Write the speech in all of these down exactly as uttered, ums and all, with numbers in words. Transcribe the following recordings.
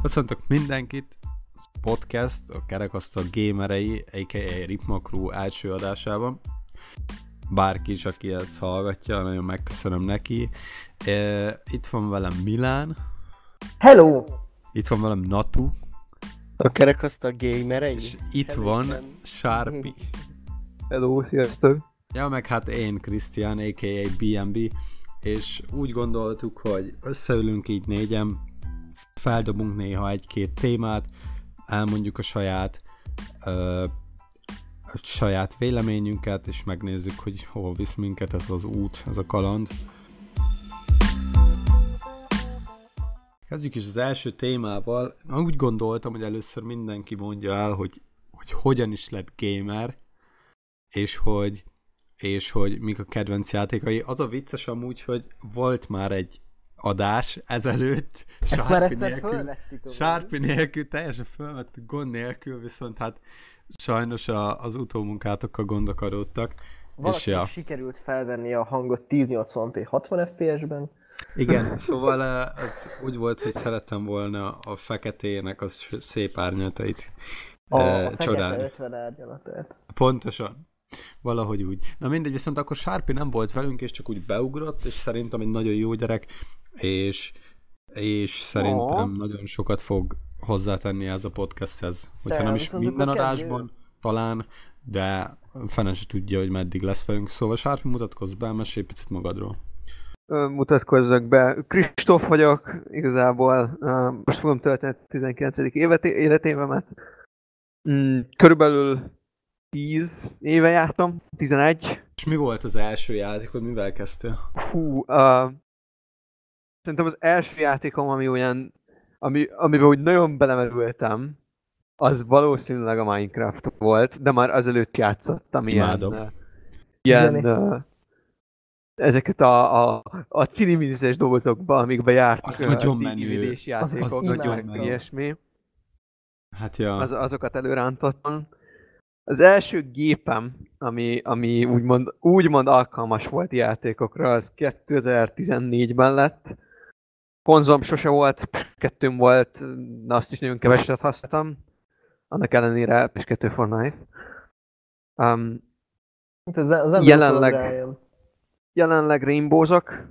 Köszöntök mindenkit, ez podcast, a Kerekasztal Gamerei, á ká á. Ripma Crew első adásában. Bárki is, aki ezt hallgatja, nagyon megköszönöm neki. Itt van velem Milán. Hello! Itt van velem Natu. A Kerekasztal Gamerei. És itt Hello, van Sharpie. Hello, sziasztok! Ja, meg hát én, Krisztián, á ká á. bé em bé, és úgy gondoltuk, hogy összeülünk így négyen, feldobunk néha egy-két témát, elmondjuk a saját ö, a saját véleményünket, és megnézzük, hogy hol visz minket ez az út, ez a kaland. Kezdjük is az első témával. Úgy gondoltam, hogy először mindenki mondja el, hogy, hogy hogyan is lett gamer, és hogy, és hogy mik a kedvenc játékai. Az a vicces amúgy, hogy volt már egy adás ezelőtt. Ezt már egyszer fölvettük. Sharpie nélkül, teljesen fölvettük gond nélkül, viszont hát sajnos a, az utómunkátokkal gondok adódtak. Valakinek ja. sikerült felvenni a hangot ezernyolcvan pé hatvan ef pé es-ben. Igen, szóval az úgy volt, hogy szerettem volna a feketének a szép árnyalatait A, eh, a csodálni. fekete ötven árnyalatát. Pontosan. Valahogy úgy. Na mindegy, viszont akkor Sharpie nem volt velünk, és csak úgy beugrott, és szerintem egy nagyon jó gyerek, és, és szerintem oh. nagyon sokat fog hozzátenni ez a podcasthez. Hogyha de, nem is minden adásban, talán, de fene se tudja, hogy meddig lesz velünk. Szóval Sharpie, mutatkozz be, mesélj picit magadról. Mutatkozzak be. Kristóf vagyok, igazából most fogom tölteni a tizenkilencedik életévemet. Körülbelül tíz éve jártam, tizenegy. És mi volt az első játékod, mivel kezdtél? Hú, uh, szerintem az első játékom, ami olyan, ami, amiben úgy nagyon belemerültem, az valószínűleg a Minecraft volt, de már azelőtt játszottam Imádom. ilyen, ilyen uh, ezeket a, a, a cinimizes dolgokba, amikbe jártak. Az nagyon menő. Játékok, az nagyon menő. Ilyesmi. Hát ja. Az, azokat előrántottam. Az első gépem, ami, ami úgymond, úgymond alkalmas volt játékokra, az kétezer-tizennégyben lett. Konzolom sose volt, pé es kettőm volt, de azt is nagyon keveset használtam. Annak ellenére pé es kettő for Knife. Um, az, az jelenleg, jelenleg Rainbowzok.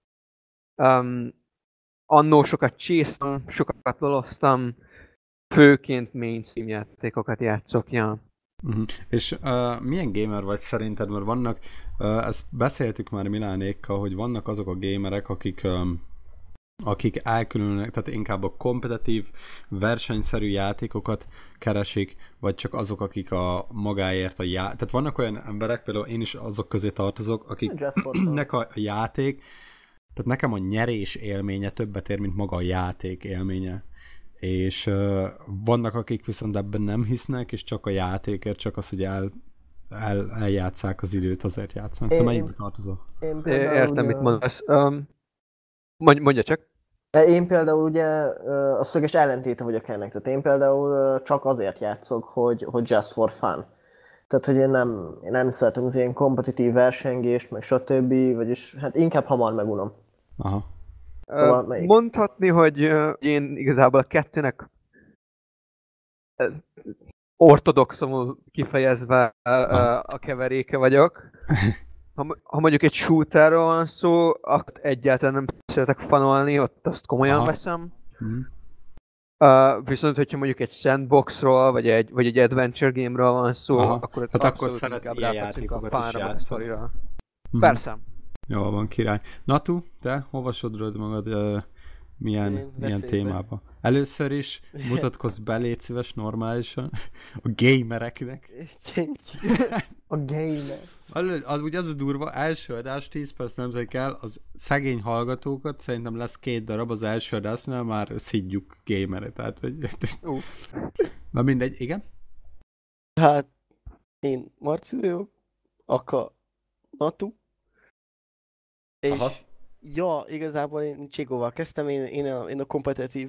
Um, annó sokat csésztem, sokat loloztam. Főként mainstream játékokat játszok, ja. Uh-huh. És uh, milyen gamer vagy szerinted? Mert vannak, uh, ezt beszéltük már Milánékkal, hogy vannak azok a gamerek, akik, um, akik elkülönülnek, tehát inkább a kompetitív, versenyszerű játékokat keresik, vagy csak azok, akik a magáért a játék. Tehát vannak olyan emberek, például én is azok közé tartozok, akiknek a játék, tehát nekem a nyerés élménye többet ér, mint maga a játék élménye. És uh, vannak, akik viszont ebben nem hisznek, és csak a játékért, csak az, hogy el, el, eljátsszák az időt, azért játszanak. Te melyikbe tartozol? Én például, értem, mit mondasz. Um, mondj, mondja csak. Én például ugye a szöges ellentéte vagyok ennek. Tehát én például csak azért játszok, hogy, hogy just for fun. Tehát, hogy én nem, én nem szeretem az ilyen kompetitív versengést, meg stb. Vagyis hát inkább hamar megunom. Aha. Uh, mondhatni, hogy uh, én igazából a kettőnek uh, ortodoxomul kifejezve uh, a keveréke vagyok. Ha, ha mondjuk egy shooterről van szó, akkor egyáltalán nem szeretek fanolni, ott azt komolyan Aha. veszem. Mm. Uh, viszont, hogyha mondjuk egy sandboxról, vagy egy, vagy egy adventure game-ről van szó, Aha. akkor, hát akkor szeretsz ilyen játékokat is játszani. Mm. Persze. Jól van, király. Natu, te hova sodrod magad uh, milyen, milyen témába? Először is mutatkozz be, légy szíves, normálisan a gamereknek. A gamer. Az, az, ugye az a durva, első adás, tíz perc nemzek el, az szegény hallgatókat, szerintem lesz két darab az első adásnál, már szidjuk gamere, tehát hogy... Uh. Na mindegy, igen? Hát, én Marci vagyok, Aka Natu. És Aha. ja, igazából én Cségóval kezdtem, én, én a, én a kompetitív,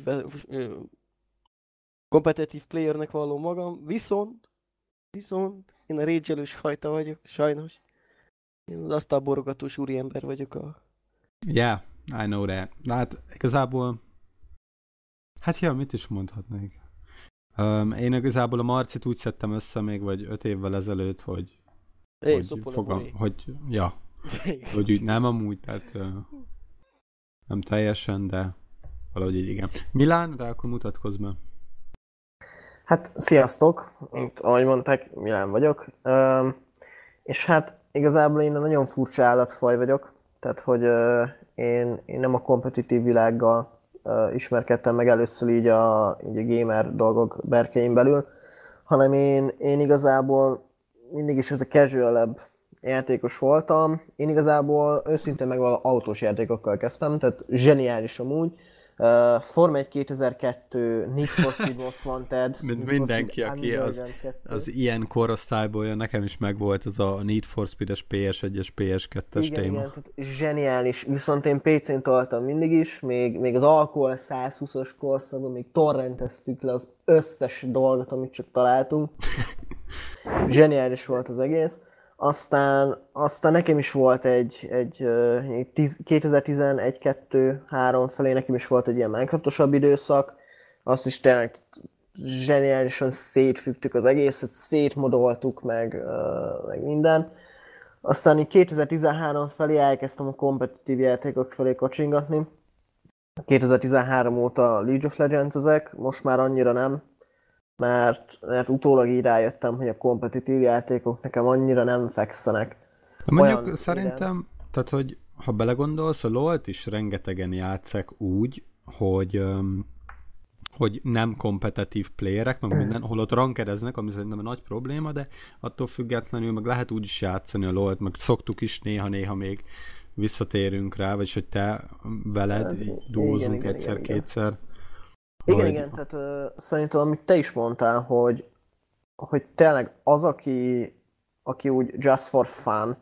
kompetitív playernek vallom magam, viszont, viszont én a rage-elős fajta vagyok, sajnos. Én az asztalborogatós úriember vagyok a... Yeah, I know that. Hát igazából Hát ja, mit is mondhatnék. Um, én igazából a Marcit úgy szedtem össze még vagy öt évvel ezelőtt, hogy Hey, hogy, fogam, hogy ja, hogy úgy nem amúgy, tehát uh, nem teljesen, de valahogy így igen. Milán, de akkor mutatkozz be. Hát sziasztok, mint ahogy mondták, Milán vagyok. Um, és hát igazából én nagyon furcsa állatfaj vagyok, tehát hogy uh, én, én nem a kompetitív világgal uh, ismerkedtem meg először így a, így a gamer dolgok berkein belül, hanem én, én igazából mindig is ez a casual-ebb játékos voltam. Én igazából őszintén meg autós játékokkal kezdtem, tehát zseniális amúgy. Uh, Forma egy kétezer-kettő, Need for Speed Most Wanted, Mint mindenki, aki az, az ilyen korosztályból jön, nekem is megvolt az a Need for Speed-es pé es egyes, pé es kettes igen, téma. Igen, tehát zseniális. Viszont én pé cén toltam mindig is, még, még az Alkohol százhúszas korszakban még torrenteztük le az összes dolgot, amit csak találtunk. Zseniális volt az egész. Aztán, aztán nekem is volt egy, egy kétezer-tizenegy kettő három felé nekem is volt egy ilyen Minecraftosabb időszak. Azt is tényleg zseniálisan szétfüggtük az egészet, szétmodoltuk meg, meg minden. Aztán így kétezer-tizenhárom felé elkezdtem a kompetitív játékok felé kocsingatni. kétezer-tizenhárom óta League of Legends ezek, most már annyira nem. Mert, mert utólag így rájöttem, hogy a kompetitív játékok nekem annyira nem fekszenek. De mondjuk olyan szerintem, éren. Tehát hogy ha belegondolsz, a LoL-t is rengetegen játszák úgy, hogy, um, hogy nem kompetitív playerek, meg minden, hol ott rankedeznek, ami szerintem egy nagy probléma, de attól függetlenül meg lehet úgy is játszani a LoL-t, meg szoktuk is néha-néha még visszatérünk rá, vagyis hogy te veled így duózunk egyszer-kétszer. Igen, vagy... igen, tehát uh, szerintem, amit te is mondtál, hogy, hogy tényleg az, aki, aki úgy just for fun,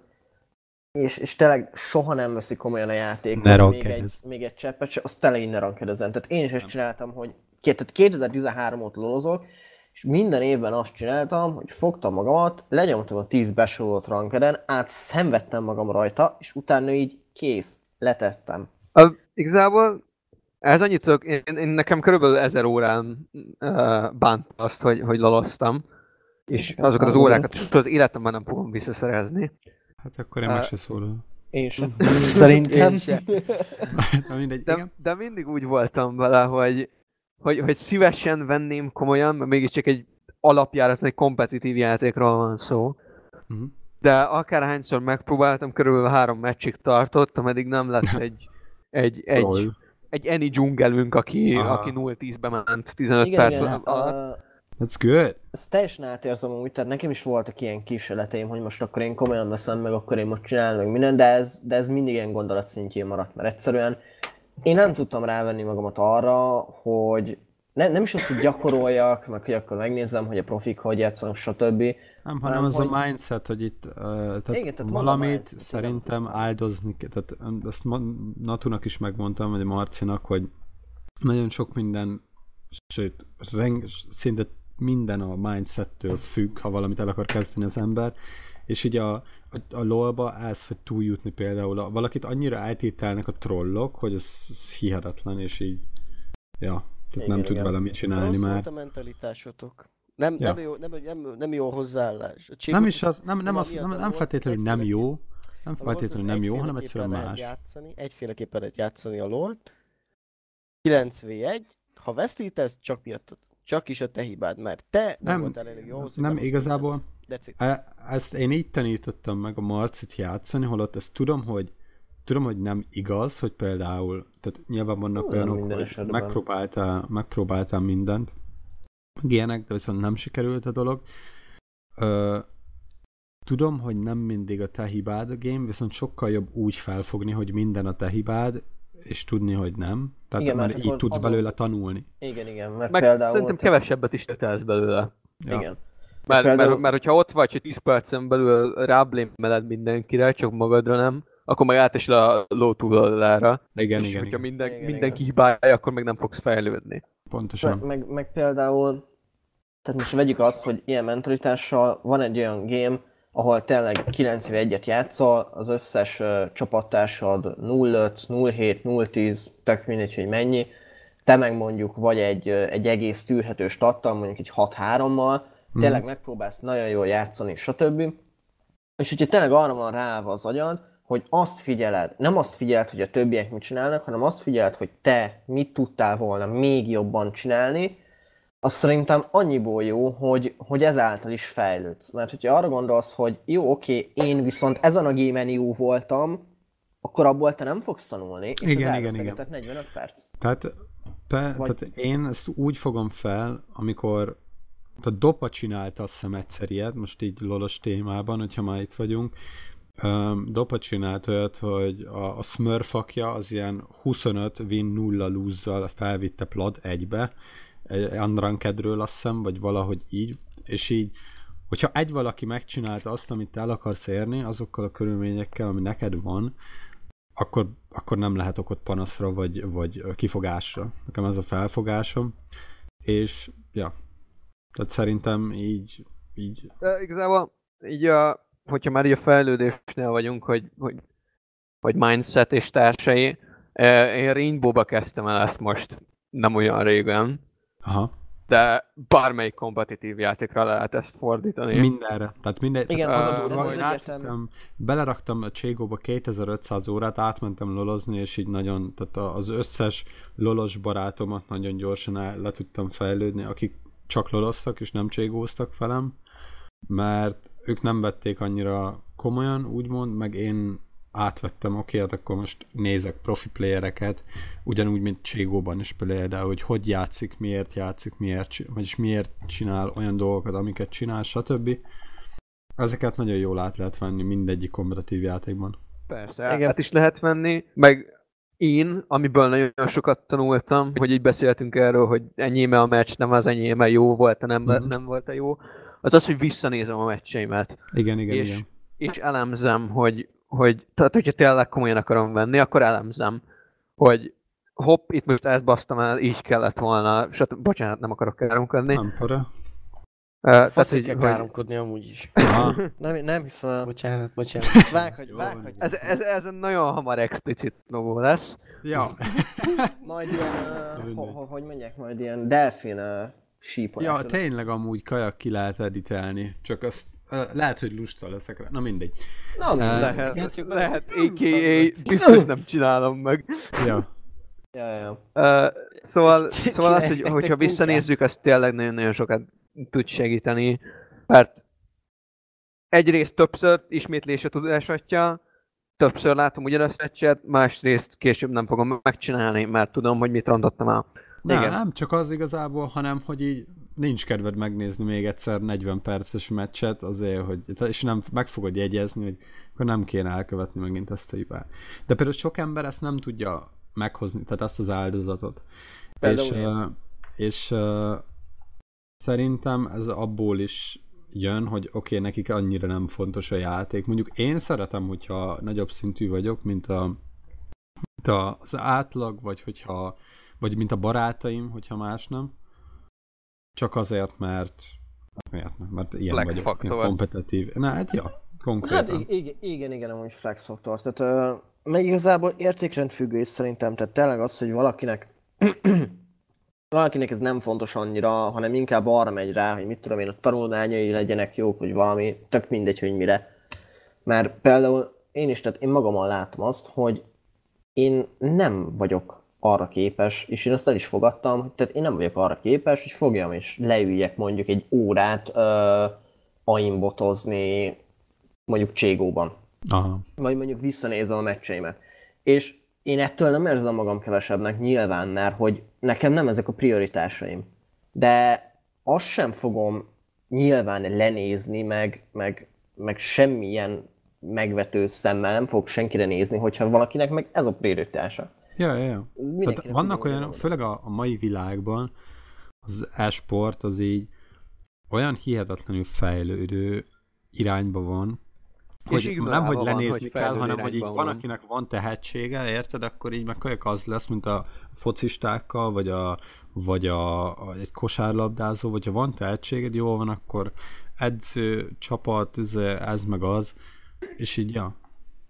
és, és tényleg soha nem veszi komolyan a játékot, még egy, még egy cseppet se, az tényleg így ne rankedezen. Tehát én is ezt csináltam, hogy tehát kétezer-tizenhárom óta lolozok, és minden évben azt csináltam, hogy fogtam magamat, lenyomtam a tíz besorolót rankeden, át szenvedtem magam rajta, és utána így kész, letettem. A, igazából ez annyit tudok, én, én nekem körülbelül ezer órán uh, bánt azt, hogy, hogy lalaztam, és azokat az órákat az életemben nem fogom visszaszerezni. Hát akkor én uh, meg se szólom. Én sem. Szerintem. Én sem. Na mindegy, de, de mindig úgy voltam vele, hogy, hogy, hogy szívesen venném komolyan, mert mégiscsak egy alapjárat, egy kompetitív játékról van szó. Uh-huh. De akárhányszor megpróbáltam, körülbelül három meccsig tartott, ameddig nem lett egy, egy, egy, egy Eni dzsungelünk, aki, aki nulla tízbe ment tizenöt igen, perc igen, alatt. Uh, That's good. Ezt teljesen átérzem amúgy, tehát nekem is voltak ilyen kísérleteim, hogy most akkor én komolyan veszem meg, akkor én most csinálom meg minden, de ez, de ez mindig ilyen gondolat szintjén maradt, mert egyszerűen én nem tudtam rávenni magamat arra, hogy ne, nem is azt, hogy gyakoroljak, meg hogy akkor megnézem, hogy a profik hogy játszanak, stb. Nem, hanem az hogy... a mindset, hogy itt uh, tehát igen, tehát valamit mindset, szerintem áldozni, tehát ezt Natunak is megmondtam, vagy a Marcinak, hogy nagyon sok minden, sőt, reng, szinte minden a mindsettől függ, ha valamit el akar kezdeni az ember, és így a, a, a LoL-ba ez, hogy túljutni például, a, valakit annyira eltételnek a trollok, hogy ez, ez hihetetlen, és így, ja, tehát igen, nem tud vele mit csinálni már. Rossz volt a mentalitásotok. Nem, ja. nem, jó, nem, nem, nem jó hozzáállás. Nem is az, nem, nem, az, nem, nem feltétlenül nem jó, nem feltétlenül nem jó, hanem egyszerűen más. Játszani, egyféleképpen lehet játszani a LoL-t. kilenc vé egy, ha vesztítesz, csak miattad. Csak is a te hibád, mert te nem, nem voltál elég jó hozzá. Nem, igazából e, ezt én így tanítottam meg a Marcit játszani, holott ezt tudom, hogy tudom, hogy nem igaz, hogy például, tehát nyilván vannak Hú, olyanok, hogy megpróbáltál, megpróbáltál mindent, ilyenek, de viszont nem sikerült a dolog. Ö, tudom, hogy nem mindig a te hibád a game, viszont sokkal jobb úgy felfogni, hogy minden a te hibád, és tudni, hogy nem. Tehát igen, már így tudsz azon... belőle tanulni. Igen, igen. Mert meg például szerintem te... kevesebbet is tetelsz belőle. Ja. Igen. Mert, például... mert, mert hogyha ott vagy, hogy tíz percen belül ráblémeled mindenkire, csak magadra nem, akkor meg átesel a low túloldalára. Igen, és igen, hogyha igen. Minden, igen, mindenki igen. hibálja, akkor meg nem fogsz fejlődni. Pontosan. Meg, meg, meg például, tehát most vegyük azt, hogy ilyen mentalitással van egy olyan game, ahol tényleg kilenc vé egyet játszol, az összes uh, csapattársad nulla öt, nulla hét, nulla tíz, tök mindegy, hogy mennyi. te meg mondjuk vagy egy, egy egész tűrhető stattal, mondjuk egy hat hárommal, tényleg mm. megpróbálsz nagyon jól játszani, stb. És hogyha tényleg arra van ráállva az agyad, hogy azt figyeled, nem azt figyeled, hogy a többiek mit csinálnak, hanem azt figyeled, hogy te mit tudtál volna még jobban csinálni, az szerintem annyiból jó, hogy, hogy ezáltal is fejlődsz. Mert hogyha arra gondolsz, hogy jó, oké, én viszont ezen a gémen jó voltam, akkor abból te nem fogsz tanulni, és igen, ez igen, igen. negyvenöt perc. Tehát, te, Vagy... tehát én ezt úgy fogom fel, amikor a Dopa csinálta azt hiszem egyszer ilyet, most így lolos témában, hogyha már itt vagyunk, um, Dopa csinált olyat, hogy a, a Smurfakja az ilyen huszonöt win nulla lose-zal felvitte plat egybe, egy Unrankedről azt hiszem, vagy valahogy így, és így, hogyha egy valaki megcsinálta azt, amit te el akarsz érni, azokkal a körülményekkel, ami neked van, akkor, akkor nem lehet okot panaszra, vagy, vagy kifogásra. Nekem ez a felfogásom, és ja, tehát szerintem így... így... De igazából, így a, hogyha már így a fejlődésnél vagyunk, hogy, hogy, hogy mindset és társai, én Rainbow-ba kezdtem el ezt most nem olyan régen, aha. De bármelyik kompetitív játékra lehet ezt fordítani. Mindenre. Tehát minden... Igen, tehát, uh, uh, átmentem, beleraktam a Cségóba kétezer-ötszáz órát, átmentem lolozni, és így nagyon, tehát az összes lolos barátomat nagyon gyorsan el, le tudtam fejlődni, akik csak loloztak, és nem cségóztak velem, mert ők nem vették annyira komolyan, úgymond, meg én átvettem, oké, hát akkor most nézek profi playereket, ugyanúgy, mint Cségóban is például, hogy hogy játszik, miért játszik, miért, vagyis miért csinál olyan dolgokat, amiket csinál, stb. Ezeket nagyon jól át lehet venni mindegyik kompetitív játékban. Persze, igen. Hát is lehet venni, meg én, amiből nagyon sokat tanultam, hogy így beszéltünk erről, hogy enyéme a meccs, nem az enyéme jó volt, nem, uh-huh. nem volt-e jó, az az, hogy visszanézem a meccseimet. Igen, igen, és, igen. És elemzem, hogy hogy, tehát hogyha tényleg komolyan akarom venni, akkor elemzem, hogy hopp, itt most ezt basztam el, így kellett volna, stb. Bocsánat, nem akarok káromkodni. Nem para. Uh, tehát így kell káromkodni amúgy is. nem, nem hiszem. Bocsánat, bocsánat. Vághagy, vághagy. Ez, ez, ez nagyon hamar explicit logó lesz. Ja. Majd ilyen, uh, ho, ho, hogy mondják, majd ilyen delfin uh, sípolás. Ja, tényleg amúgy kajak ki lehet editelni, csak azt lehet, hogy lusta leszek rá. Na mindegy. Nem, uh, lehet, lehet, lehet á ká á biztos nem csinálom meg. Ja. Ja, ja. Uh, szóval szóval az, hogy, hogyha visszanézzük, az tényleg nagyon-nagyon sokat tud segíteni, mert egyrészt többször ismétlés a tudásatja, többször látom ugyanazt a meccset, másrészt később nem fogom megcsinálni, mert tudom, hogy mit rontottam el. Nem, nem csak az igazából, hanem hogy így nincs kedved megnézni még egyszer negyven perces meccset azért, hogy, és nem meg fogod jegyezni, hogy akkor nem kéne elkövetni megint ezt a hibát. De például sok ember ezt nem tudja meghozni, tehát ezt az áldozatot. Például és uh, és uh, szerintem ez abból is jön, hogy oké, okay, nekik annyira nem fontos a játék. Mondjuk én szeretem, hogyha nagyobb szintű vagyok, mint, a, mint a, az átlag, vagy hogyha vagy mint a barátaim, hogyha más nem. Csak azért, mert miért nem? Mert ilyen flex vagyok, ilyen kompetitív. Na, hát ja, konkrétan. Hát igen, igen, igen, amúgy flex faktor. Tehát uh, meg igazából értékrendfüggő is szerintem, tehát tényleg az, hogy valakinek valakinek ez nem fontos annyira, hanem inkább arra megy rá, hogy mit tudom én, a tanulmányai legyenek jók, vagy valami, tök mindegy, hogy mire. Mert például én is, tehát én magamon látom azt, hogy én nem vagyok arra képes, és én azt el is fogadtam, tehát én nem vagyok arra képes, hogy fogjam és leüljek mondjuk egy órát uh, aimbotozni mondjuk Cségóban. Aha. Vagy mondjuk visszanézem a meccseimet. És én ettől nem érzem magam kevesebbnek nyilván, mert hogy nekem nem ezek a prioritásaim. De azt sem fogom nyilván lenézni, meg, meg, meg semmilyen megvető szemmel nem fog senkire nézni, hogyha valakinek meg ez a prioritása. Ja, ja, ja. Tehát vannak olyan, főleg a, a mai világban az e-sport az így olyan hihetetlenül fejlődő irányba van, hogy nem, hogy lenézni van, hogy kell, hanem hogy így van, van, akinek van tehetsége, érted, akkor így meg kajak az lesz, mint a focistákkal, vagy, a, vagy a, a, egy kosárlabdázó, vagy ha van tehetséged, jó van, akkor edző, csapat, ez, ez meg az, és így, ja.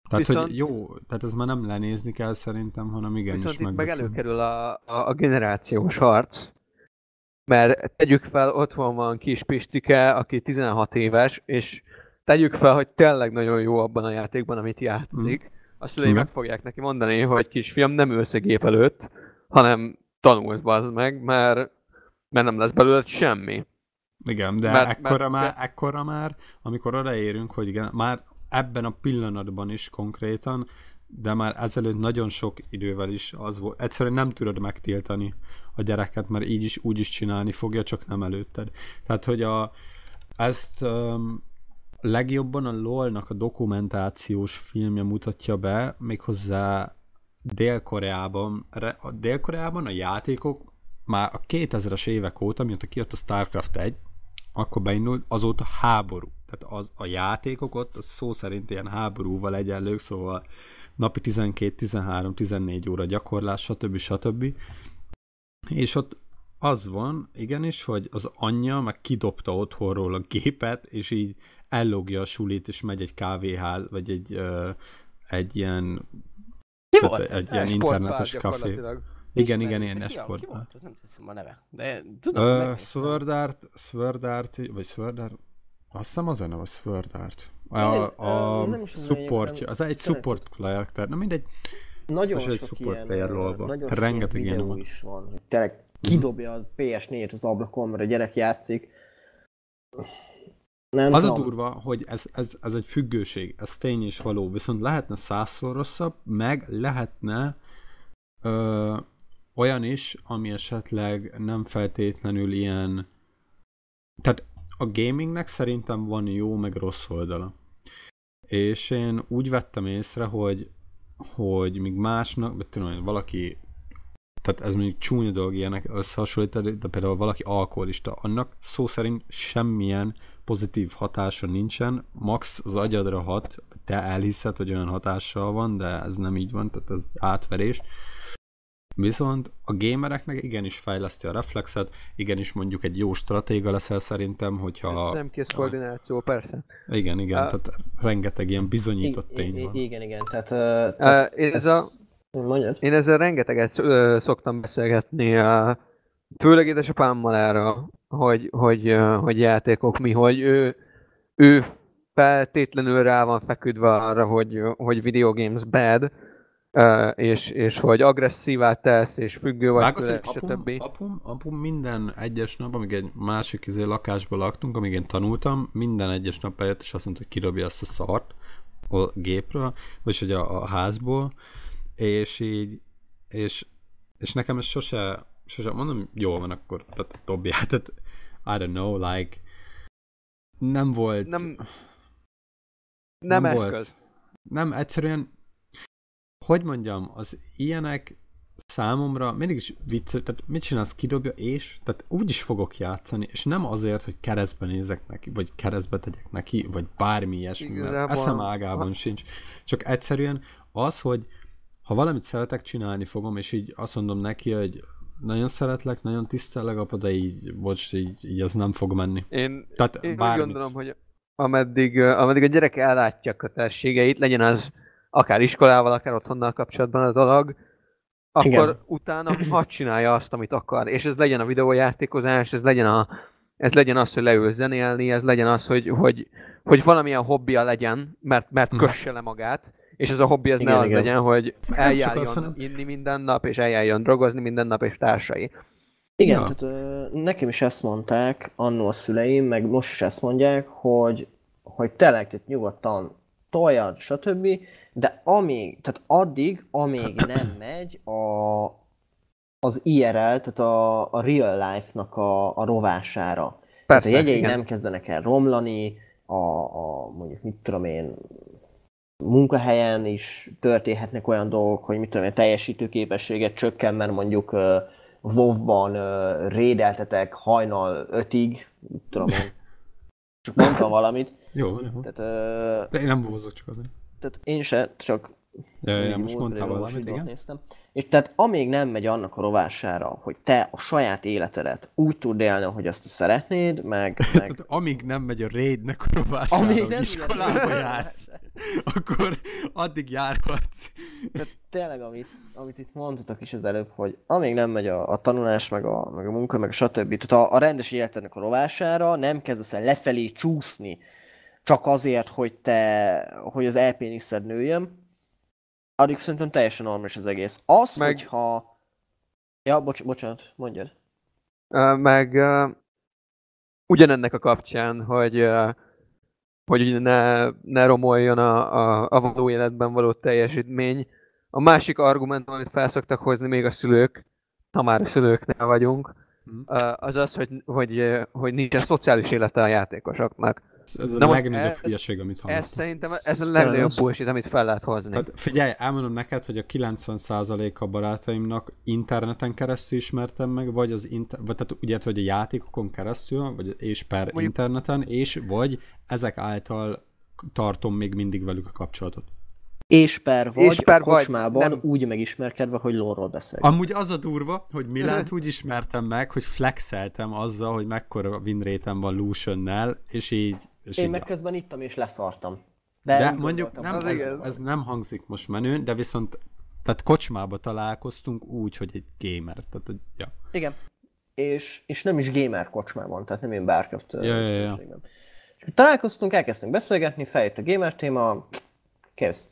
Tehát, Viszont, hogy jó, tehát ez már nem lenézni kell szerintem, hanem igenis viszont itt meg megbecsülni. előkerül a, a, a generációs harc, mert tegyük fel, otthon van kis Pistike, aki tizenhat éves, és tegyük fel, hogy tényleg nagyon jó abban a játékban, amit játszik. Mm. A szülei Igen. meg fogják neki mondani, hogy kisfiam, nem ülsz a gép előtt, hanem tanulsz, bazd meg, mert, mert nem lesz belőled semmi. Igen, de Mert- ekkora, mert- már, de- ekkora már, amikor odaérünk, hogy igen, már ebben a pillanatban is konkrétan, de már ezelőtt nagyon sok idővel is az volt. Egyszerűen nem tudod megtiltani a gyereket, mert így is, úgy is csinálni fogja, csak nem előtted. Tehát, hogy a, ezt um, legjobban a LOL-nak a dokumentációs filmje mutatja be, méghozzá Dél-Koreában. Re- a Dél-Koreában a játékok már a kétezres évek óta, mióta kijött a StarCraft egy, akkor beindult, azóta háború. Tehát az, a játékok ott az szó szerint ilyen háborúval egyenlők, szóval napi tizenkét, tizenhárom, tizennégy óra gyakorlás, stb. stb. És ott az van, igenis, hogy az anyja meg kidobta otthonról a gépet, és így ellogja a sulit, és megy egy kávéház, vagy egy, uh, egy ilyen, Ki tehát volt egy ez? ilyen Sportpár internetes kafé. gyakorlatilag. Igen, Ismerjük, igen, de ilyen ki a- esport. Ki volt? Ez nem teszem a neve. De tudom, Uh, megnéztem. Sword Art, Sword Art, vagy Sword Art, azt hiszem az a neve, Sword Art. A, Igen, a, ö, nem is az a lényeg, supportja, hanem az egy support karakter, na mindegy. Nagyon Most egy sok support ilyen, player ö, LOL-ban. nagyon sok Rengeteg ilyen ilyen videó van. is van, hogy tényleg kidobja a pé es négyet az ablakon, mert a gyerek játszik. Nem Az a tudom. durva, hogy ez, ez, ez egy függőség, ez tény és való, viszont lehetne százszor rosszabb, meg lehetne ö, olyan is, ami esetleg nem feltétlenül ilyen... Tehát a gamingnek szerintem van jó, meg rossz oldala. És én úgy vettem észre, hogy, hogy míg másnak, vagy tudom, hogy valaki, tehát ez mondjuk csúnya dolog ilyenek összehasonlítani, de például valaki alkoholista, annak szó szerint semmilyen pozitív hatása nincsen, max az agyadra hat, te elhiszed, hogy olyan hatással van, de ez nem így van, tehát ez átverés. Viszont a gamereknek igenis fejleszti a reflexet, igenis mondjuk egy jó stratéga leszel szerintem, hogyha... Szemkész koordináció, persze. Igen, igen, Uh, tehát rengeteg ilyen bizonyított I- tény i- van. Igen, igen, tehát... Uh, tehát Uh, én, ez a, Mondjad? én ezzel rengeteget ö, szoktam beszélgetni, uh, főleg édesapámmal erről, hogy, hogy, uh, hogy játékok mi, hogy ő, ő feltétlenül rá van feküdve arra, hogy, hogy video games bad, uh, és, és hogy agresszívá tesz, és függő vagy Vágod, tőle, hogy apum, stb. apum, apum minden egyes nap, amíg egy másik izé lakásban laktunk, amíg én tanultam, minden egyes nap eljött, és azt mondta, hogy kidobja ezt a szart a gépről, vagyis hogy a, a házból, és így, és, és nekem ez sose, sose, mondom, jó van, akkor tehát dobjál, tehát I don't know, like nem volt Nem, nem, nem eszköz. volt, nem, egyszerűen hogy mondjam, az ilyenek számomra mindig is vicces, tehát mit csinálsz, kidobja, és tehát úgy is fogok játszani, és nem azért, hogy keresztbe nézek neki, vagy keresztbe tegyek neki, vagy bármi ilyesmi, mert Igazából- eszem ágában ha- sincs. Csak egyszerűen az, hogy ha valamit szeretek, csinálni fogom, és így azt mondom neki, hogy nagyon szeretlek, nagyon tisztellek, apa, de így, bocs, így, így ez nem fog menni. Én, Tehát én úgy bármit. gondolom, hogy ameddig, ameddig a gyerek ellátja a kötelességeit, legyen az akár iskolával, akár otthonnal kapcsolatban a dolog, akkor Igen. utána hadd csinálja azt, amit akar. És ez legyen a videójátékozás, ez legyen, a, ez legyen az, hogy leül zenélni, ez legyen az, hogy, hogy, hogy valamilyen hobbija legyen, mert, mert Hm. kösse le magát, és ez a hobbi az Igen, ne az igen. legyen, hogy Meg nem csak eljárjon az, hanem- inni minden nap, és eljárjon drogozni minden nap, és társai. Igen, Ja. tehát ö, nekem is ezt mondták annó a szüleim, meg most is ezt mondják, hogy, hogy tényleg, tehát nyugodtan toljad, stb. De amíg, tehát addig, amíg nem megy a, az i er el, tehát a, a real life-nak a, a rovására. Tehát a jegyei igen. nem kezdenek el romlani, a, a mondjuk mit tudom én, munkahelyen is történhetnek olyan dolgok, hogy mit tudom én, teljesítőképességet csökken, mert mondjuk uh, WoW-ban uh, rédeltetek hajnal ötig, mit tudom én, csak mondtam valamit. Jó, van, jó. Tehát, uh, De én nem búzok csak azért. tehát én se, csak Ja, ja, mindig most múlt mondtál videós valamit, videót igen. néztem. És tehát amíg nem megy annak a rovására, hogy te a saját életedet úgy tud élni, hogy azt te szeretnéd, meg, meg Tehát amíg nem megy a raidnek a rovására, amíg hogy nem iskolába jársz. akkor addig járhatsz. Tehát tényleg, amit, amit itt mondtatok is az előbb, hogy amíg nem megy a, a tanulás, meg a, meg a munka, meg a stb. Tehát a, a rendes életednek a rovására nem kezdesz el lefelé csúszni, csak azért, hogy te, hogy az elpéniszed nőjön, addig szerintem teljesen normális az egész. Az, meg... hogyha... Ja, bocs, bocsánat, mondjad. Uh, meg uh, ugyanennek a kapcsán, hogy, uh, hogy ne, ne romoljon a, a, a való életben való teljesítmény. A másik argumentum, amit felszoktak hozni még a szülők, ha már a szülőknél vagyunk, uh, az az, hogy, hogy, hogy nincsen szociális élete a játékosoknak. Ez a legnagyobb hülyeség, amit hallottam. Ez szerintem ez a legnagyobb bullshit, amit fel lehet hozni. Tehát figyelj, elmondom neked, hogy a kilencven százaléka a barátaimnak interneten keresztül ismertem meg, vagy az inter... vagy tehát ugye, hogy a játékokon keresztül, vagy és per Mondjuk... interneten, és vagy ezek által tartom még mindig velük a kapcsolatot. És per vagy és per a kocsmában nem... úgy megismerkedve, hogy lore-ról beszélünk. Amúgy az a durva, hogy Milánt úgy ismertem meg, hogy flexeltem azzal, hogy mekkora winrate-em van Luciannel, és így És én meg közben ittam és leszartam. De, de mondjuk nem, ez, ez nem hangzik most menőn, de viszont tehát kocsmába találkoztunk úgy, hogy egy gamer. Tehát, hogy, ja. Igen. És, és nem is gamer kocsmában, tehát nem én Barcraft ja, ja, ja. És találkoztunk, elkezdtünk beszélgetni, feljött a gamer téma, kész.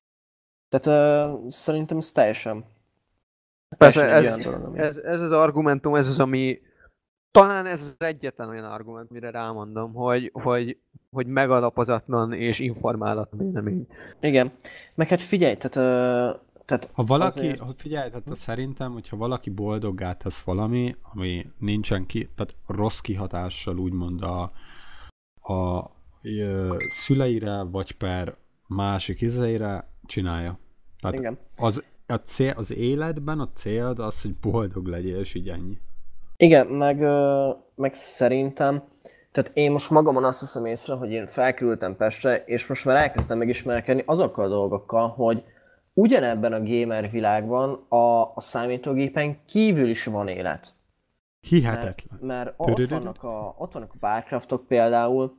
Tehát uh, szerintem ez teljesen... Ez, Persze, teljesen ez, dolog, ez, ez az argumentum, ez az, ami talán ez az egyetlen olyan argument, mire rámondom, hogy, hogy, hogy megalapozatlan és informálatlan vélemény. Igen. Meg hát figyelj, tehát... Uh, tehát ha valaki, azért... ha figyelj, tehát szerintem, hogyha valaki boldoggá tesz valami, ami nincsen ki, tehát rossz kihatással úgymond a, a, a szüleire, vagy per másik izére, csinálja. Tehát Igen. Az, a cél, az életben a cél az, hogy boldog legyél, és így ennyi. Igen, meg, meg szerintem, tehát én most magamon azt hiszem észre, hogy én felkerültem Pestre, és most már elkezdtem megismerkedni azokkal a dolgokkal, hogy ugyanebben a gamer világban a, a számítógépen kívül is van élet. Hihetetlen. Mert, mert ott, vannak a, ott vannak a Barcraftok például,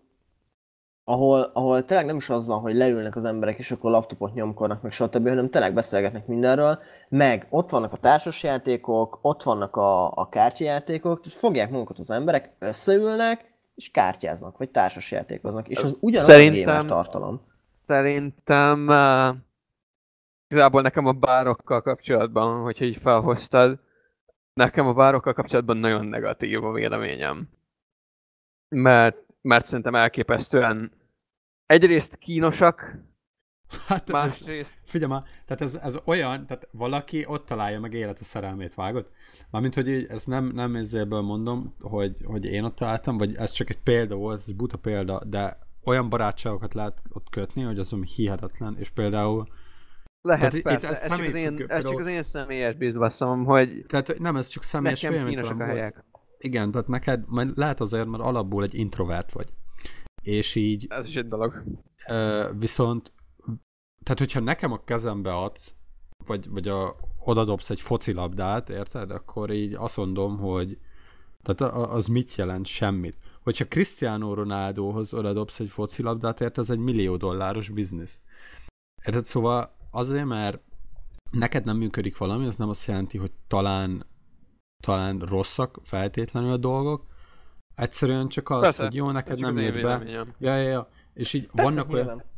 ahol, ahol tényleg nem is az van, hogy leülnek az emberek és akkor laptopot nyomkodnak, meg stb., hanem tényleg beszélgetnek mindenről, meg ott vannak a társasjátékok, ott vannak a, a kártyajátékok, tehát fogják magukat az emberek, összeülnek, és kártyáznak, vagy társasjátékoznak, és az ugyanolyan gamer tartalom. Szerintem uh, igazából nekem a bárokkal kapcsolatban, hogyha így felhoztad, nekem a bárokkal kapcsolatban nagyon negatív a véleményem. Mert, mert szerintem elképesztően egyrészt kínosak, hát másrészt... Ez, figyelj már, tehát ez, ez olyan, tehát valaki ott találja meg élete szerelmét, vágod? Mármint, hogy így, ez nem, nem ezzelből mondom, hogy, hogy én ott találtam, vagy ez csak egy példa volt, ez egy buta példa, de olyan barátságokat lehet ott kötni, hogy az hihetetlen, és például lehet, tehát persze, ez, ez, csak az én, függő, ez csak az én személyes bizbasszom, hogy tehát nem, ez csak személyes kínosak a helyek. Igen, tehát neked majd lehet azért, mert alapból egy introvert vagy. És így... Ez is egy dolog. Uh, viszont, tehát hogyha nekem a kezembe adsz, vagy, vagy a, odadobsz egy focilabdát, érted? Akkor így azt mondom, hogy tehát az mit jelent? Semmit. Hogyha Cristiano Ronaldohoz odadobsz egy focilabdát, érted? Ez egy millió dolláros biznisz. Érted? Szóval azért, mert neked nem működik valami, az nem azt jelenti, hogy talán talán rosszak feltétlenül a dolgok. Egyszerűen csak az, Persze, hogy jó, neked nem jött be. Ja, ja, ja. És így Persze, vannak nyilván. olyan...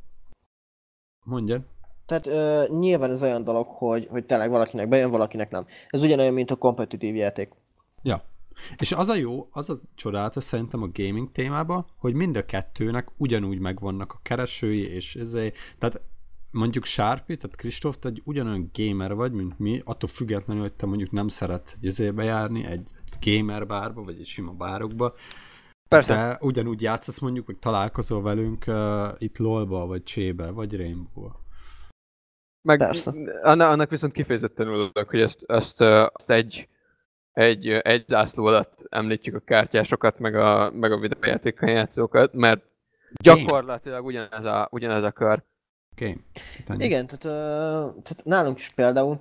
Mondjad. Tehát ö, nyilván ez olyan dolog, hogy, hogy tényleg valakinek bejön, valakinek nem. Ez ugyanolyan, mint a kompetitív játék. Ja. És az a jó, az a csodálatos szerintem a gaming témában, hogy mind a kettőnek ugyanúgy megvannak a keresői, és ezért, tehát mondjuk Sharpie, tehát Kristóf, te egy ugyanolyan gamer vagy, mint mi, attól függetlenül, hogy te mondjuk nem szeretsz egy izébe járni, egy gamer bárba, vagy egy sima bárokba. Persze. De ugyanúgy játszasz mondjuk, hogy találkozol velünk uh, itt LOL-ba, vagy Csébe, vagy Rainbow-ba. Meg Persze. annak viszont kifejezetten örülök, hogy ezt, ezt, ezt egy, egy, egy zászló alatt említjük a kártyásokat, meg a, meg a videójátékkal játszókat, mert gyakorlatilag ugyanez a, ugyanez a kör. Okay. Igen, tehát, uh, tehát nálunk is például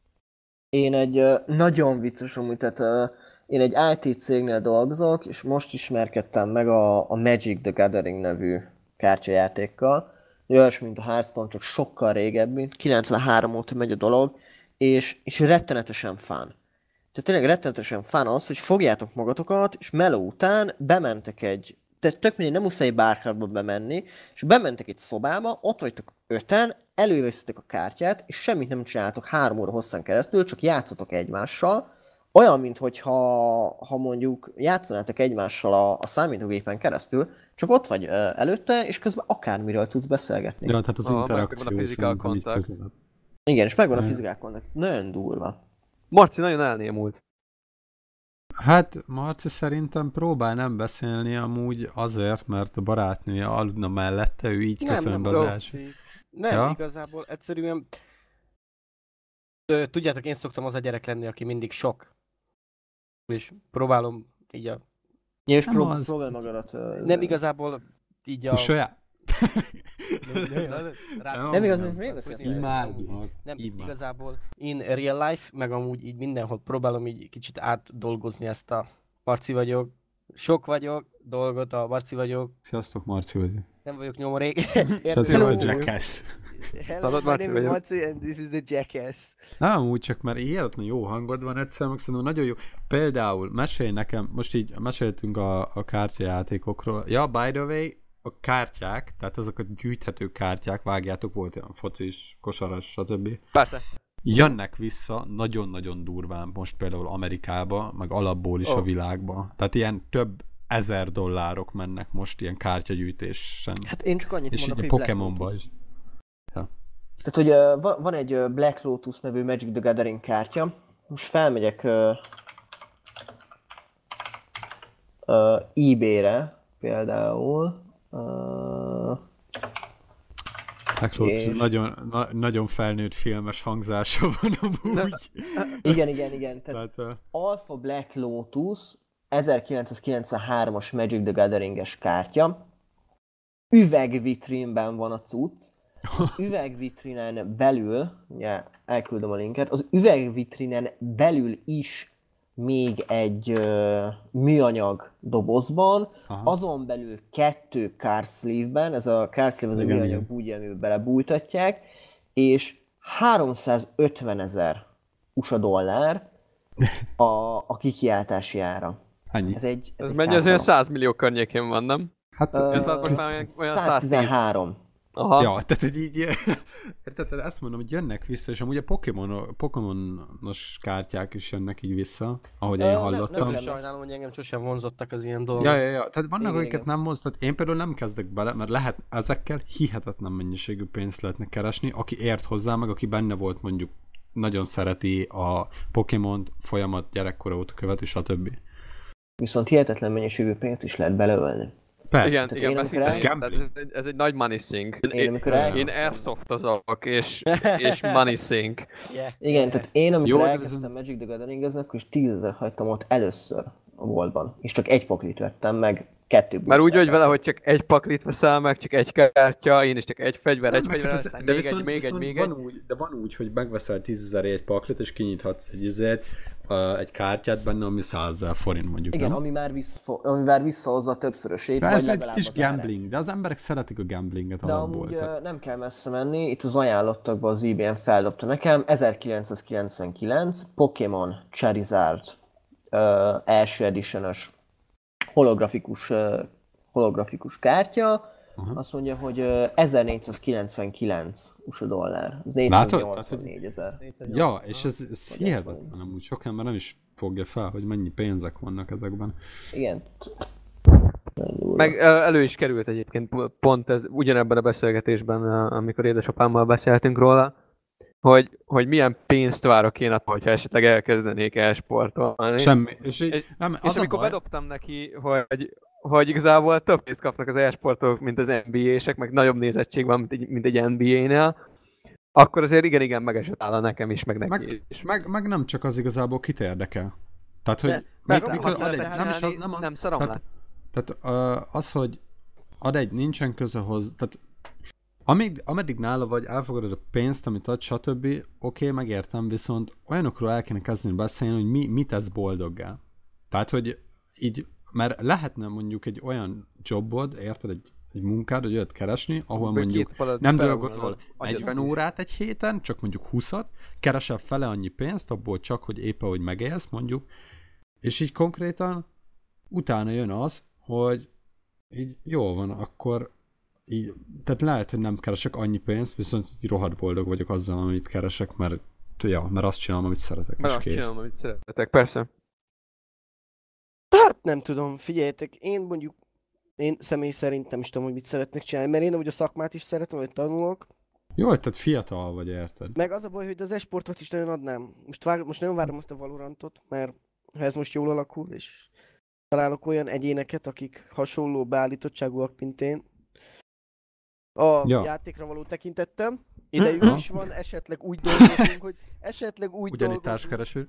én egy uh, nagyon vicces amúgy, tehát uh, én egy i té cégnél dolgozok, és most ismerkedtem meg a, a Magic the Gathering nevű kártyajátékkal, olyas, mint a Hearthstone, csak sokkal régebbi, kilencvenhárom óta megy a dolog, és, és rettenetesen fán. Tehát tényleg rettenetesen fán az, hogy fogjátok magatokat, és meló után bementek egy, tehát tök mindegy, nem muszáj bárkárba bemenni, és bementek egy szobába, ott vagytok öten, előveszitek a kártyát, és semmit nem csináltok három óra hosszan keresztül, csak játszatok egymással, olyan, mintha ha mondjuk játszanátok egymással a, a számítógépen keresztül, csak ott vagy uh, előtte, és közben akármiről tudsz beszélgetni. Ja, tehát az Ah, interakció megvan a physical contact. Igen, és megvan a physical contact. Nagyon durva. Marci nagyon elnémult. Hát Marci szerintem próbál nem beszélni amúgy azért, mert a barátnője aludna mellette, ő így Nem, köszön nem be az rossz. első. Nem, Ja? igazából egyszerűen... Ö, Tudjátok, én szoktam az a gyerek lenni, aki mindig sok. És próbálom így a... Ja, és Nem prób- az. próbál magadat... Uh, Nem igazából így a... A saját... Nem igaz, mint miért beszélsz? Imádlak, Nem, imádlak. igazából in real life, meg amúgy így mindenhol próbálom így kicsit átdolgozni ezt a Marci vagyok, sok vagyok, dolgot a Marci vagyok, Sziasztok, Marci vagyok. nem vagyok nyomorék. Sziasztok, Hello, a Jackass. Hello, Tudod, my Marci name is vagyok. Marci and this is the Jackass. Nem, úgy csak mert hihetetlen jó hangod van egyszer, meg szerintem nagyon jó. Például, mesélj nekem, most így meséltünk a, a kártyajátékokról. Ja, by the way, a kártyák, tehát azok a gyűjthető kártyák, vágjátok, volt olyan focis, kosaras, stb. Persze. Jönnek vissza nagyon-nagyon durván most például Amerikába, meg alapból is oh. a világba. Tehát ilyen több ezer dollárok mennek most ilyen kártyagyűjtésen. Hát én csak annyit és mondok, így hogy Pokémonban Black is. Ja. Tehát, hogy uh, van, van egy uh, Black Lotus nevű Magic the Gathering kártya. Most felmegyek uh, uh, eBay-re például. Uh, Black Lotus és... nagyon, na, nagyon felnőtt filmes hangzása van amúgy. igen, igen, igen. Tehát, Tehát, uh... Alpha Black Lotus ezerkilencszázkilencvenhármas Magic the Gathering-es kártya. Üvegvitrínben van a cucc. Az üvegvitrinen belül, ugye elküldöm a linket, az üvegvitrinen belül is még egy uh, műanyag dobozban, aha. Azon belül kettő card sleeve-ben, ez a card sleeve az a műanyag búgya, amiben belebújtatják, és háromszázötvenezer u es á dollár a, a kikiáltási ára. Ennyi? Ez egy, ez Ez egy mennyi, az olyan száz millió környékén van, nem? Hát uh, most már olyan száztizenhárom. Aha. Ja, tehát hogy így, érted, ezt mondom, hogy jönnek vissza, és amúgy a Pokémon, Pokémonos kártyák is jönnek így vissza, ahogy én hallottam. Nem, nem sajnálom, hogy engem sosem vonzottak az ilyen dolgok. Ja, ja, ja, tehát vannak, igen, akiket igen. nem vonzott, én például nem kezdek bele, mert lehet, ezekkel hihetetlen mennyiségű pénzt lehetne keresni, aki ért hozzá, meg aki benne volt mondjuk, nagyon szereti a Pokémont, folyamat gyerekkora óta követi, stb. Viszont hihetetlen mennyiségű pénzt is lehet beleölni. Persze. Igen, igen, én, persze, ez ez, ez, egy, ez egy nagy money sink. Én, Én, amikor én airsoftozok, és, és money sink. Yeah. Igen, tehát én amikor Jó, elkezdtem ez... Magic the Gathering-ezni, akkor is tízezer hagytam ott először a boltban. És csak egy paklit vettem meg, kettő booster. Mert úgy vagy vele, hogy csak egy paklit veszel meg, csak egy kártya, én is csak egy fegyver, egy Nem, fegyver, ez, aztán de még viszont, egy, még egy, viszont még van egy. úgy, de van úgy, hogy megveszel tízezer egy paklit, és kinyithatsz egy izért, uh, egy kártyát benne, ami százezer forint mondjuk, Igen, nem? ami már, vissza, ami már visszahozza a többszörösét, De vagy ez egy legalább kis az árát. gambling, de az emberek szeretik a gamblinget De alapból. amúgy Tehát... uh, nem kell messze menni, itt az ajánlottakban az eBay-en feldobta nekem, ezerkilencszázkilencvenkilenc Pokémon Charizard uh, első edition-ös holografikus, uh, holografikus kártya. Uh-huh. Azt mondja, hogy uh, ezernégyszázkilencvenkilenc u es á dollár. Ez négyszáznyolcvannégy-ezer. Ja, és ez, ez hihetetlen, amúgy sok ember nem is fogja fel, hogy mennyi pénzek vannak ezekben. Igen. Meg elő is került egyébként pont ez ugyanebben a beszélgetésben, amikor édesapámmal beszéltünk róla, hogy, hogy milyen pénzt várok én attól, hogyha esetleg elkezdenék elsportolni. Semmi. És, így, és, nem, és amikor baj... bedobtam neki, hogy, hogy igazából több pénzt kapnak az elsportolók, mint az en bé á-sek, meg nagyobb nézettség van, mint egy, mint egy en bé á-nél, akkor azért igen-igen megesett áll nekem is, meg neki meg, is. Meg, meg nem csak az igazából kit érdekel. Tehát, hogy... De, persze, mikor, az, egy, nem is az, nem az... Nem szarom tehát, tehát uh, az, hogy ad egy, nincsen köze hozzá, tehát amíg, ameddig nála vagy, elfogadod a pénzt, amit ad, stb. Oké, okay, megértem, viszont olyanokról el kéne kezdeni beszélni, hogy mi, mi tesz boldoggá. Tehát, hogy így, mert lehetne mondjuk egy olyan jobbod, érted, egy egy munkád, hogy olyat keresni, ahol mondjuk nem dolgozol negyven órát egy héten, csak mondjuk húszat, keresel fele annyi pénzt, abból csak, hogy éppen, hogy megélsz, mondjuk, és így konkrétan utána jön az, hogy így jól van, akkor így, tehát lehet, hogy nem keresek annyi pénzt, viszont így rohadt boldog vagyok azzal, amit keresek, mert, ja, mert azt csinálom, amit szeretek, mert és azt kész. csinálom, amit szeretek, persze. Hát nem tudom, figyeljetek, én mondjuk, én személy szerint nem is tudom, hogy mit szeretnék csinálni, mert én úgy a szakmát is szeretem, hogy tanulok. Jó, tehát fiatal vagy, érted? Meg az a baj, hogy az esportot is nagyon adnám. Most, vár, most nagyon várom azt a Valorantot, mert ha ez most jól alakul, és találok olyan egyéneket, akik hasonló beállítottságúak, mint én, a ja. játékra való tekintettem, idejük is van, esetleg úgy dolgozunk, hogy esetleg úgy Ugyanígy dolgozunk... társkereső.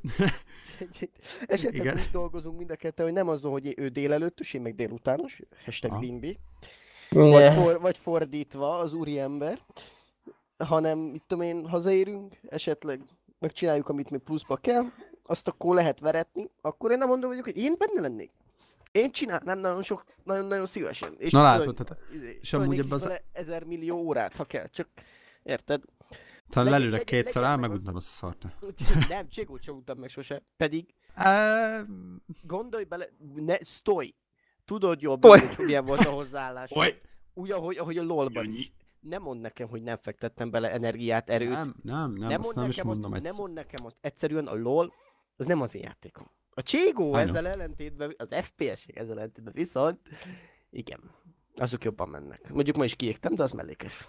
esetleg Igen. úgy dolgozunk mind a ketten, hogy nem azon, hogy ő délelőttös, én meg délutános, hashtag Bimbi, Yeah. vagy, for, vagy fordítva az úriember, hanem, mit tudom én, hazaérünk, esetleg megcsináljuk, amit még pluszba kell, azt akkor lehet veretni, akkor én nem mondom vagyok, hogy én benne lennék. Én csinálnám nagyon sok, nagyon-nagyon szívesen. És Na látod, tölni- tehát, izé, és amúgy tölnék ebben is az- vele ezer millió órát, ha kell, csak érted? talán legyen- lelőlek legyen- kétszer, legyen áll, meg az- megudnám azt a szart. Nem, Cségót sem utam meg sose, pedig Eee... gondolj bele, ne, sztoj! Tudod jobban, Sztoj! hogy milyen volt a hozzáállás. Oly! Úgy, ahogy, ahogy a lolban Jönyi. is. Nem mond nekem, hogy nem fektettem bele energiát, erőt. Nem, nem, nem, nem azt mond nem is nekem mondom azt, egyszer. nem mond nekem azt. Egyszerűen a LOL, az nem az én játékom. A Cségó know. ezzel ellentétben, az ef pé es ezzel ellentétben viszont, igen, azok jobban mennek. Mondjuk ma is kiégtem, de az mellékes.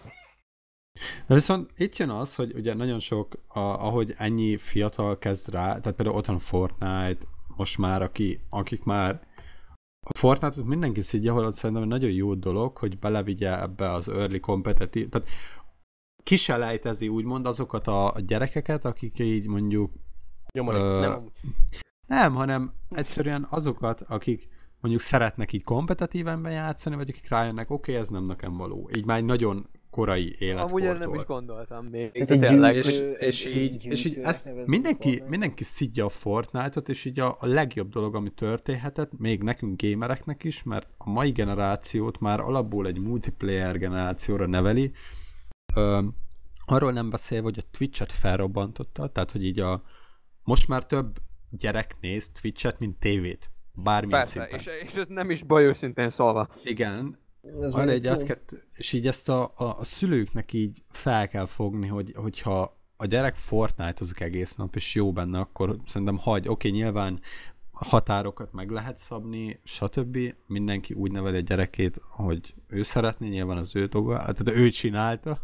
De viszont itt jön az, hogy ugye nagyon sok, a, ahogy ennyi fiatal kezd rá, tehát például ott van Fortnite, most már, aki, akik már a Fortnite-ot mindenki szidja, hogy ott szerintem egy nagyon jó dolog, hogy belevigye ebbe az early competitive, tehát kiselejtezi úgymond azokat a, a gyerekeket, akik így mondjuk Nyomorék, Ö, nem amúgy. nem, hanem egyszerűen azokat, akik mondjuk szeretnek így kompetitíven bejátszani, vagy akik rájönnek, oké, okay, ez nem nekem való. Így már egy nagyon korai Amúgy erre nem is életkortól. gondoltam még. Tehát de egy tényleg. És, gyűjtő- és, egy így, és így gyűjtőnek ezt nevezzük mindenki, Fortnite. mindenki szidja a Fortnite-ot, és így a, a legjobb dolog, ami történhetett, még nekünk gamereknek is, mert a mai generációt már alapból egy multiplayer generációra neveli. Ö, arról nem beszélve, hogy a Twitch-et felrobbantotta, tehát hogy így a most már több gyerek néz Twitch-et, mint tévét. Bármilyen Persze, szinten. és, és ez nem is baj őszintén szólva. Igen, Ez van még egy jó. egy-kettő, és így ezt a, a, a szülőknek így fel kell fogni, hogy, hogyha a gyerek Fortnite-ozik egész nap, és jó benne, akkor szerintem hagy, oké, nyilván határokat meg lehet szabni, stb. Mindenki úgy neveli a gyerekét, hogy ő szeretné, nyilván az ő dolga, tehát ő csinálta,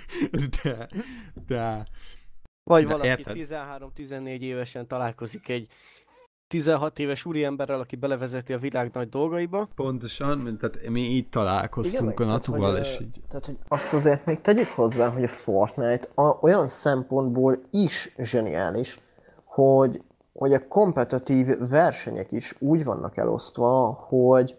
de, de Vagy de valaki érted? tizenhárom-tizennégy évesen találkozik egy tizenhat éves úriemberrel, aki belevezeti a világ nagy dolgaiba. pontosan, mint tehát mi így találkoztunk meg, a tehát, Natuval, hogy, és ö, így Tehát, hogy azt azért még tegyük hozzá, hogy a Fortnite a, olyan szempontból is zseniális, hogy, hogy a kompetitív versenyek is úgy vannak elosztva, hogy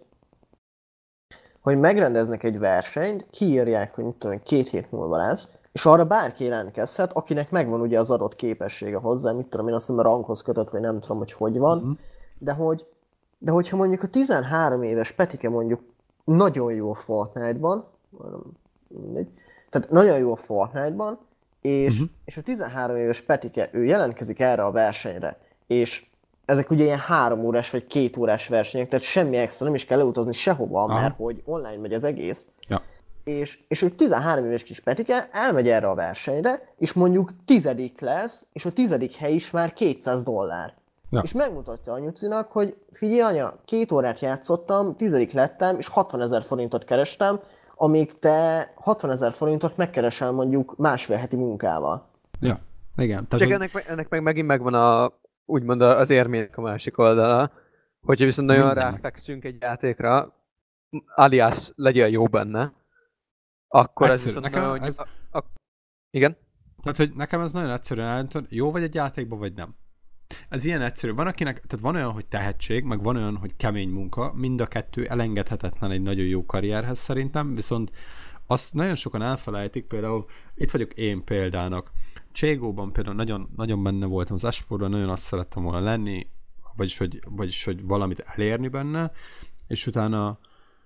hogy megrendeznek egy versenyt, kiírják, hogy mit tudom, én, két hét múlva lesz, és arra bárki jelentkezhet, akinek megvan ugye az adott képessége hozzá, mit tudom én, azt hiszem a rankhoz kötött, vagy nem tudom, hogy hogy van, Mhm. de hogy de hogyha mondjuk a tizenhárom éves Petike mondjuk nagyon jó a Fortnite-ban, nem mindegy, tehát nagyon jó a Fortnite-ban, és, Mhm. és a tizenhárom éves Petike, ő jelentkezik erre a versenyre, és ezek ugye ilyen három órás vagy két órás versenyek, tehát semmi extra, nem is kell leutazni sehova, Aha. mert hogy online megy az egész. Ja. És, és ő tizenhárom éves kis Petike elmegy erre a versenyre, és mondjuk tizedik lesz, és a tizedik hely is már kétszáz dollár. Ja. És megmutatja anyucinak, hogy figyelj anya, két órát játszottam, tizedik lettem, és hatvanezer forintot kerestem, amíg te hatvanezer forintot megkeresel mondjuk másfél heti munkával. Ja, igen. Tehát, Csak hogy- ennek, meg- ennek meg megint megvan a, úgymond a- az érmének a másik oldala, hogyha viszont nagyon Mindennek. ráfekszünk egy játékra, alias legyen jó benne, akkor ez Egyszerű. viszont Nekem nagyon... ez- A, a, igen? Tehát, hogy nekem ez nagyon egyszerűen állítani, jó vagy egy játékban, vagy nem. Ez ilyen egyszerű. Van akinek, tehát van olyan, hogy tehetség, meg van olyan, hogy kemény munka, mind a kettő elengedhetetlen egy nagyon jó karrierhez szerintem, viszont azt nagyon sokan elfelejtik, például itt vagyok én példának. Cségóban például nagyon, nagyon benne voltam az esportban, nagyon azt szerettem volna lenni, vagyis hogy, vagyis hogy valamit elérni benne, és utána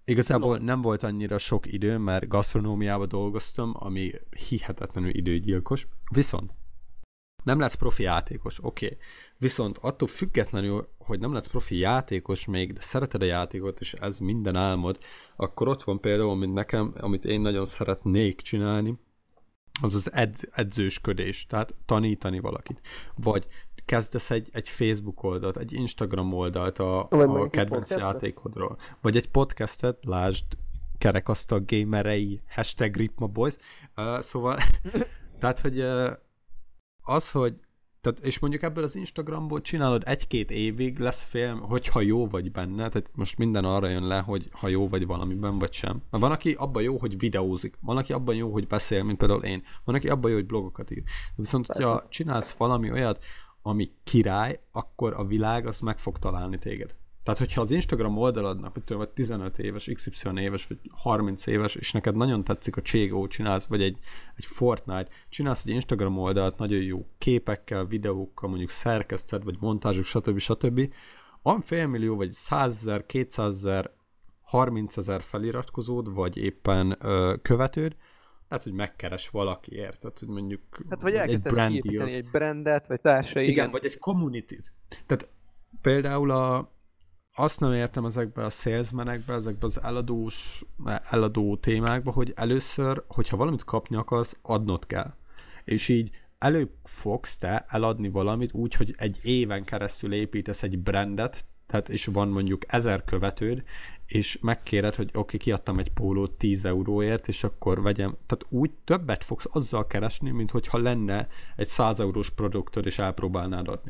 Igazából nem volt annyira sok idő, mert gasztronómiában dolgoztam, ami hihetetlenül időgyilkos. Viszont nem lesz profi játékos, oké. Okay. Viszont attól függetlenül, hogy nem lesz profi játékos még, de szereted a játékot, és ez minden álmod, akkor ott van például, mint nekem, amit én nagyon szeretnék csinálni, az az edz, edzősködés, tehát tanítani valakit. Vagy kezdesz egy, egy Facebook oldalt, egy Instagram oldalt a, a kedvenc játékodról. Vagy egy podcastet, lásd kerekasztal gamerei, hashtag ripmaboys. Uh, szóval, tehát, hogy uh, az, hogy tehát, és mondjuk ebből az Instagramból csinálod egy-két évig, lesz film, hogyha jó vagy benne, tehát most minden arra jön le, hogy ha jó vagy valamiben, vagy sem. Mert van, aki abban jó, hogy videózik, van, aki abban jó, hogy beszél, mint például én, van, aki abban jó, hogy blogokat ír. De viszont, persze, hogyha csinálsz valami olyat, ami király, akkor a világ az meg fog találni téged. Tehát, hogyha az Instagram oldaladnak, mit tudom, vagy tizenöt éves, iksz ipszilon éves, vagy harminc éves, és neked nagyon tetszik a Cségó, csinálsz, vagy egy, egy Fortnite, csinálsz egy Instagram oldalt nagyon jó képekkel, videókkal, mondjuk szerkeszted, vagy montázsok, stb. stb. Van félmillió, vagy százezer, kétszázezer, harmincezer feliratkozód, vagy éppen ö, követőd, lehet, hogy megkeres valakiért, tehát, hogy mondjuk hát, vagy egy brand deal. Egy brandet, vagy társai. Igen, igen, vagy egy community-t. Tehát például a azt nem értem ezekben a salesmenekben, ezekben az eladós, eladó témákban, hogy először, hogyha valamit kapni akarsz, adnod kell. És így elő fogsz te eladni valamit úgy, hogy egy éven keresztül építesz egy brandet, tehát és van mondjuk ezer követőd, és megkéred, hogy oké, okay, kiadtam egy pólót tíz euróért, és akkor vegyem. Tehát úgy többet fogsz azzal keresni, mint hogyha lenne egy száz eurós produktod, és elpróbálnád adni.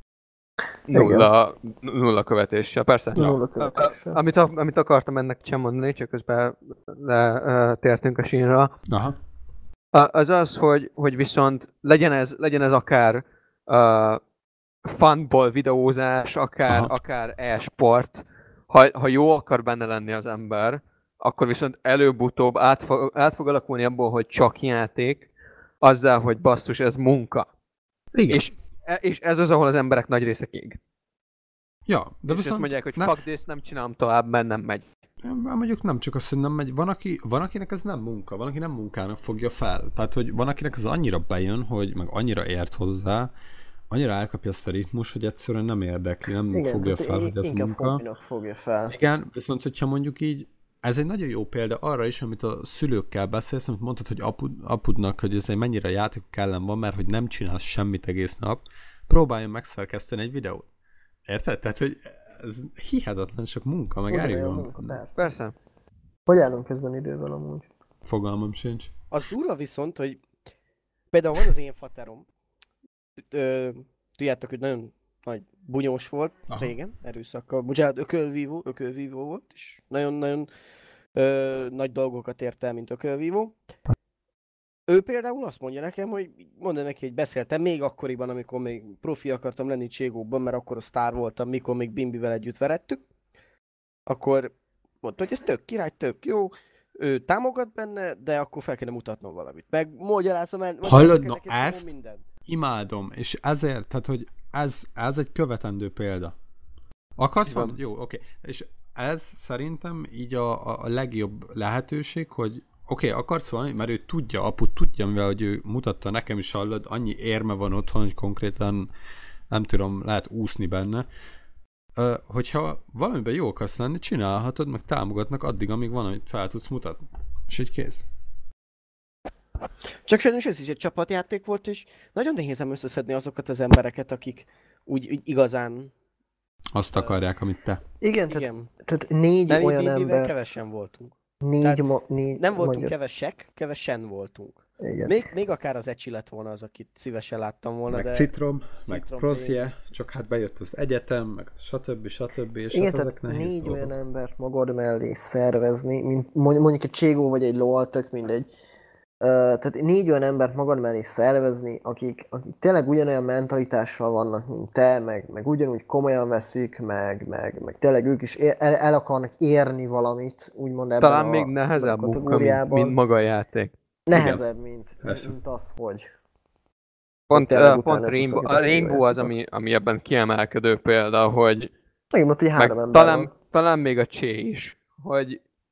Nulla, nulla követéssel, persze. Nulla követéssel. Amit, amit akartam ennek sem mondani, csak közben letértünk a sínra. Aha. Az az, hogy, hogy viszont legyen ez, legyen ez akár uh, funból videózás, akár, akár e-sport, ha, ha jó akar benne lenni az ember, akkor viszont előbb-utóbb át fog, át fog alakulni abból, hogy csak játék, azzal, hogy basszus, ez munka. Igen. És És ez az, ahol az emberek nagy része ég. Ja, de és viszont... azt mondják, hogy ne... fuck this, nem csinálom tovább, mert nem megy. Mondjuk nem csak az, hogy nem megy. Van, aki, van, akinek ez nem munka, van, aki nem munkának fogja fel. Tehát, hogy van, akinek ez annyira bejön, hogy meg annyira ért hozzá, annyira elkapja azt a ritmus, hogy egyszerűen nem érdekli, nem igen, fogja fel, hogy ez munka. Fogja fel. Igen, viszont hogyha mondjuk így, ez egy nagyon jó példa arra is, amit a szülőkkel beszélsz, amit mondtad, hogy apud, apudnak, hogy ez egy mennyire játékok ellen van, mert hogy nem csinálsz semmit egész nap, próbáljon megszerkeszteni egy videót. Érted? Tehát, hogy ez hihetetlen sok munka, meg elég persze. persze. Hogy állunk közben idővel amúgy? Fogalmam sincs. Az durva viszont, hogy például van az én faterom, Ö, tudjátok, hogy nagyon nagy bunyós volt, aha, régen, erőszakkal, bocsánat, ökölvívó, ökölvívó volt, és nagyon-nagyon ö, nagy dolgokat ért el, mint ökölvívó. Ő például azt mondja nekem, hogy mondja neki, hogy beszéltem még akkoriban, amikor még profi akartam lenni Cségóban, mert akkor a sztár voltam, mikor még Bimbivel együtt verettük. Akkor mondta, hogy ez tök király, tök jó, ő támogat benne, de akkor fel kellene mutatnom valamit. Meg magyarázom el, hallod, na ezt imádom, és ezért, tehát, hogy ez, ez egy követendő példa. Akarsz van? Jó, oké. Okay. És ez szerintem így a, a, a legjobb lehetőség, hogy oké, okay, akarsz valami, mert ő tudja, apu tudja, mivel hogy ő mutatta nekem is, hallod, annyi érme van otthon, hogy konkrétan nem tudom, lehet úszni benne. Uh, hogyha valamiben jó akarsz lenni, csinálhatod, meg támogatnak addig, amíg van, amit fel tudsz mutatni. És így kész. Csak sajnos ez is egy csapatjáték volt, és nagyon nehéz összeszedni azokat az embereket, akik úgy, úgy igazán... Azt akarják, amit te. Igen, igen. Tehát, tehát négy nem, olyan mi, ember... kevesen voltunk. Négy, mo- négy nem voltunk magyar. kevesek, kevesen voltunk. Igen. Még, még akár az Ecsi lett volna az, akit szívesen láttam volna, meg de... Citrom, Citrom, meg Prozje, csak hát bejött az egyetem, meg stb. stb. És igen, hát ezek nehéz négy dolgok. olyan embert magad mellé szervezni, mint mondjuk egy Cségó vagy egy LOL, tök mindegy. Uh, tehát négy olyan embert magad mellé szervezni, akik, akik tényleg ugyanolyan mentalitással vannak, mint te, meg, meg ugyanúgy komolyan veszik, meg, meg, meg tényleg ők is el, el akarnak érni valamit, úgymond ebben talán a még nehezebb munka, mint, mint maga a játék. Nehezebb, mint, mint az, hogy... Pont, uh, pont Rainbow, a Rainbow az, ami, ami ebben kiemelkedő példa, hogy... Megint ott, hogy három meg ember talán, van. talán még a Csé is, hogy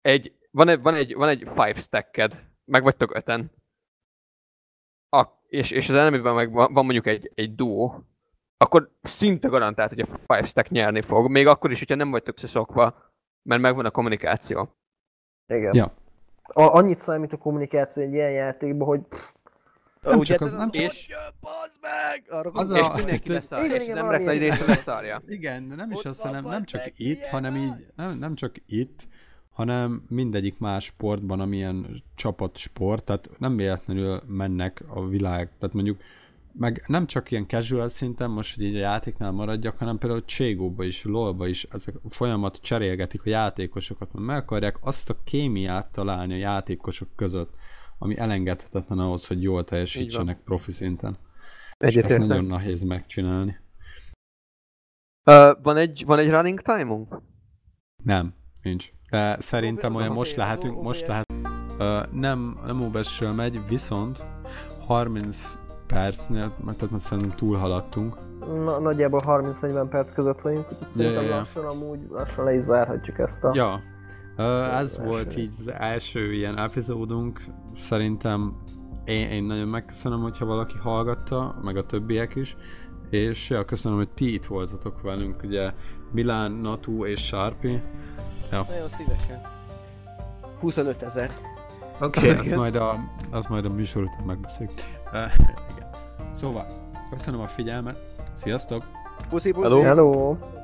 egy, van egy, van egy, van egy five stacked, meg vagytok öten, a, és, és az enemében meg van, van mondjuk egy, egy duó, akkor szinte garantált, hogy a five stack nyerni fog, még akkor is, hogyha nem vagytok összeszokva, mert megvan a kommunikáció. Igen. Ja. A, annyit számít a kommunikáció egy ilyen játékban, hogy... Nem ugye csak az, nem és... Bazd meg! Arra Az és a- mindenki leszarja, Igen, és igen, az valami emberek nagy ilyesmi. része leszarja. Igen, de nem is Ott azt, van, hanem nem bazd csak meg, itt, milyen hanem van? így, nem, nem csak itt, hanem mindegyik más sportban, amilyen csapatsport, tehát nem véletlenül mennek a világ, tehát mondjuk meg nem csak ilyen casual szinten, most, hogy így a játéknál maradjak, hanem például Cségóba is, LoL-ba is ezek folyamat cserélgetik a játékosokat, mert meg akarják azt a kémiát találni a játékosok között, ami elengedhetetlen ahhoz, hogy jól teljesítsenek profi szinten. És ezt Egyetértek. nagyon nehéz megcsinálni. Uh, van, egy, van egy running time-unk? Nem, nincs. De szerintem az olyan az most az lehetünk, o- most o- lehet. Uh, nem, nem o bé es-ről megy, viszont harminc percnél, mert tehát szerintem túlhaladtunk. Na, nagyjából harminc-negyven perc között vagyunk, úgyhogy szerintem ja, ja. lassan amúgy lassan le is zárhatjuk ezt a... Ja, uh, ez első. volt így az első ilyen epizódunk. Szerintem én, én nagyon megköszönöm, hogyha valaki hallgatta, meg a többiek is. És ja, köszönöm, hogy ti itt voltatok velünk, ugye Milán, Natu és Sharpie. Ja. Nagyon szívesen. huszonöt ezer. Oké, okay, azt majd a, azt majd a műsor után megbeszéljük. Uh, igen. Szóval, köszönöm a figyelmet, sziasztok! Puszi, puszi! Hello. Hello!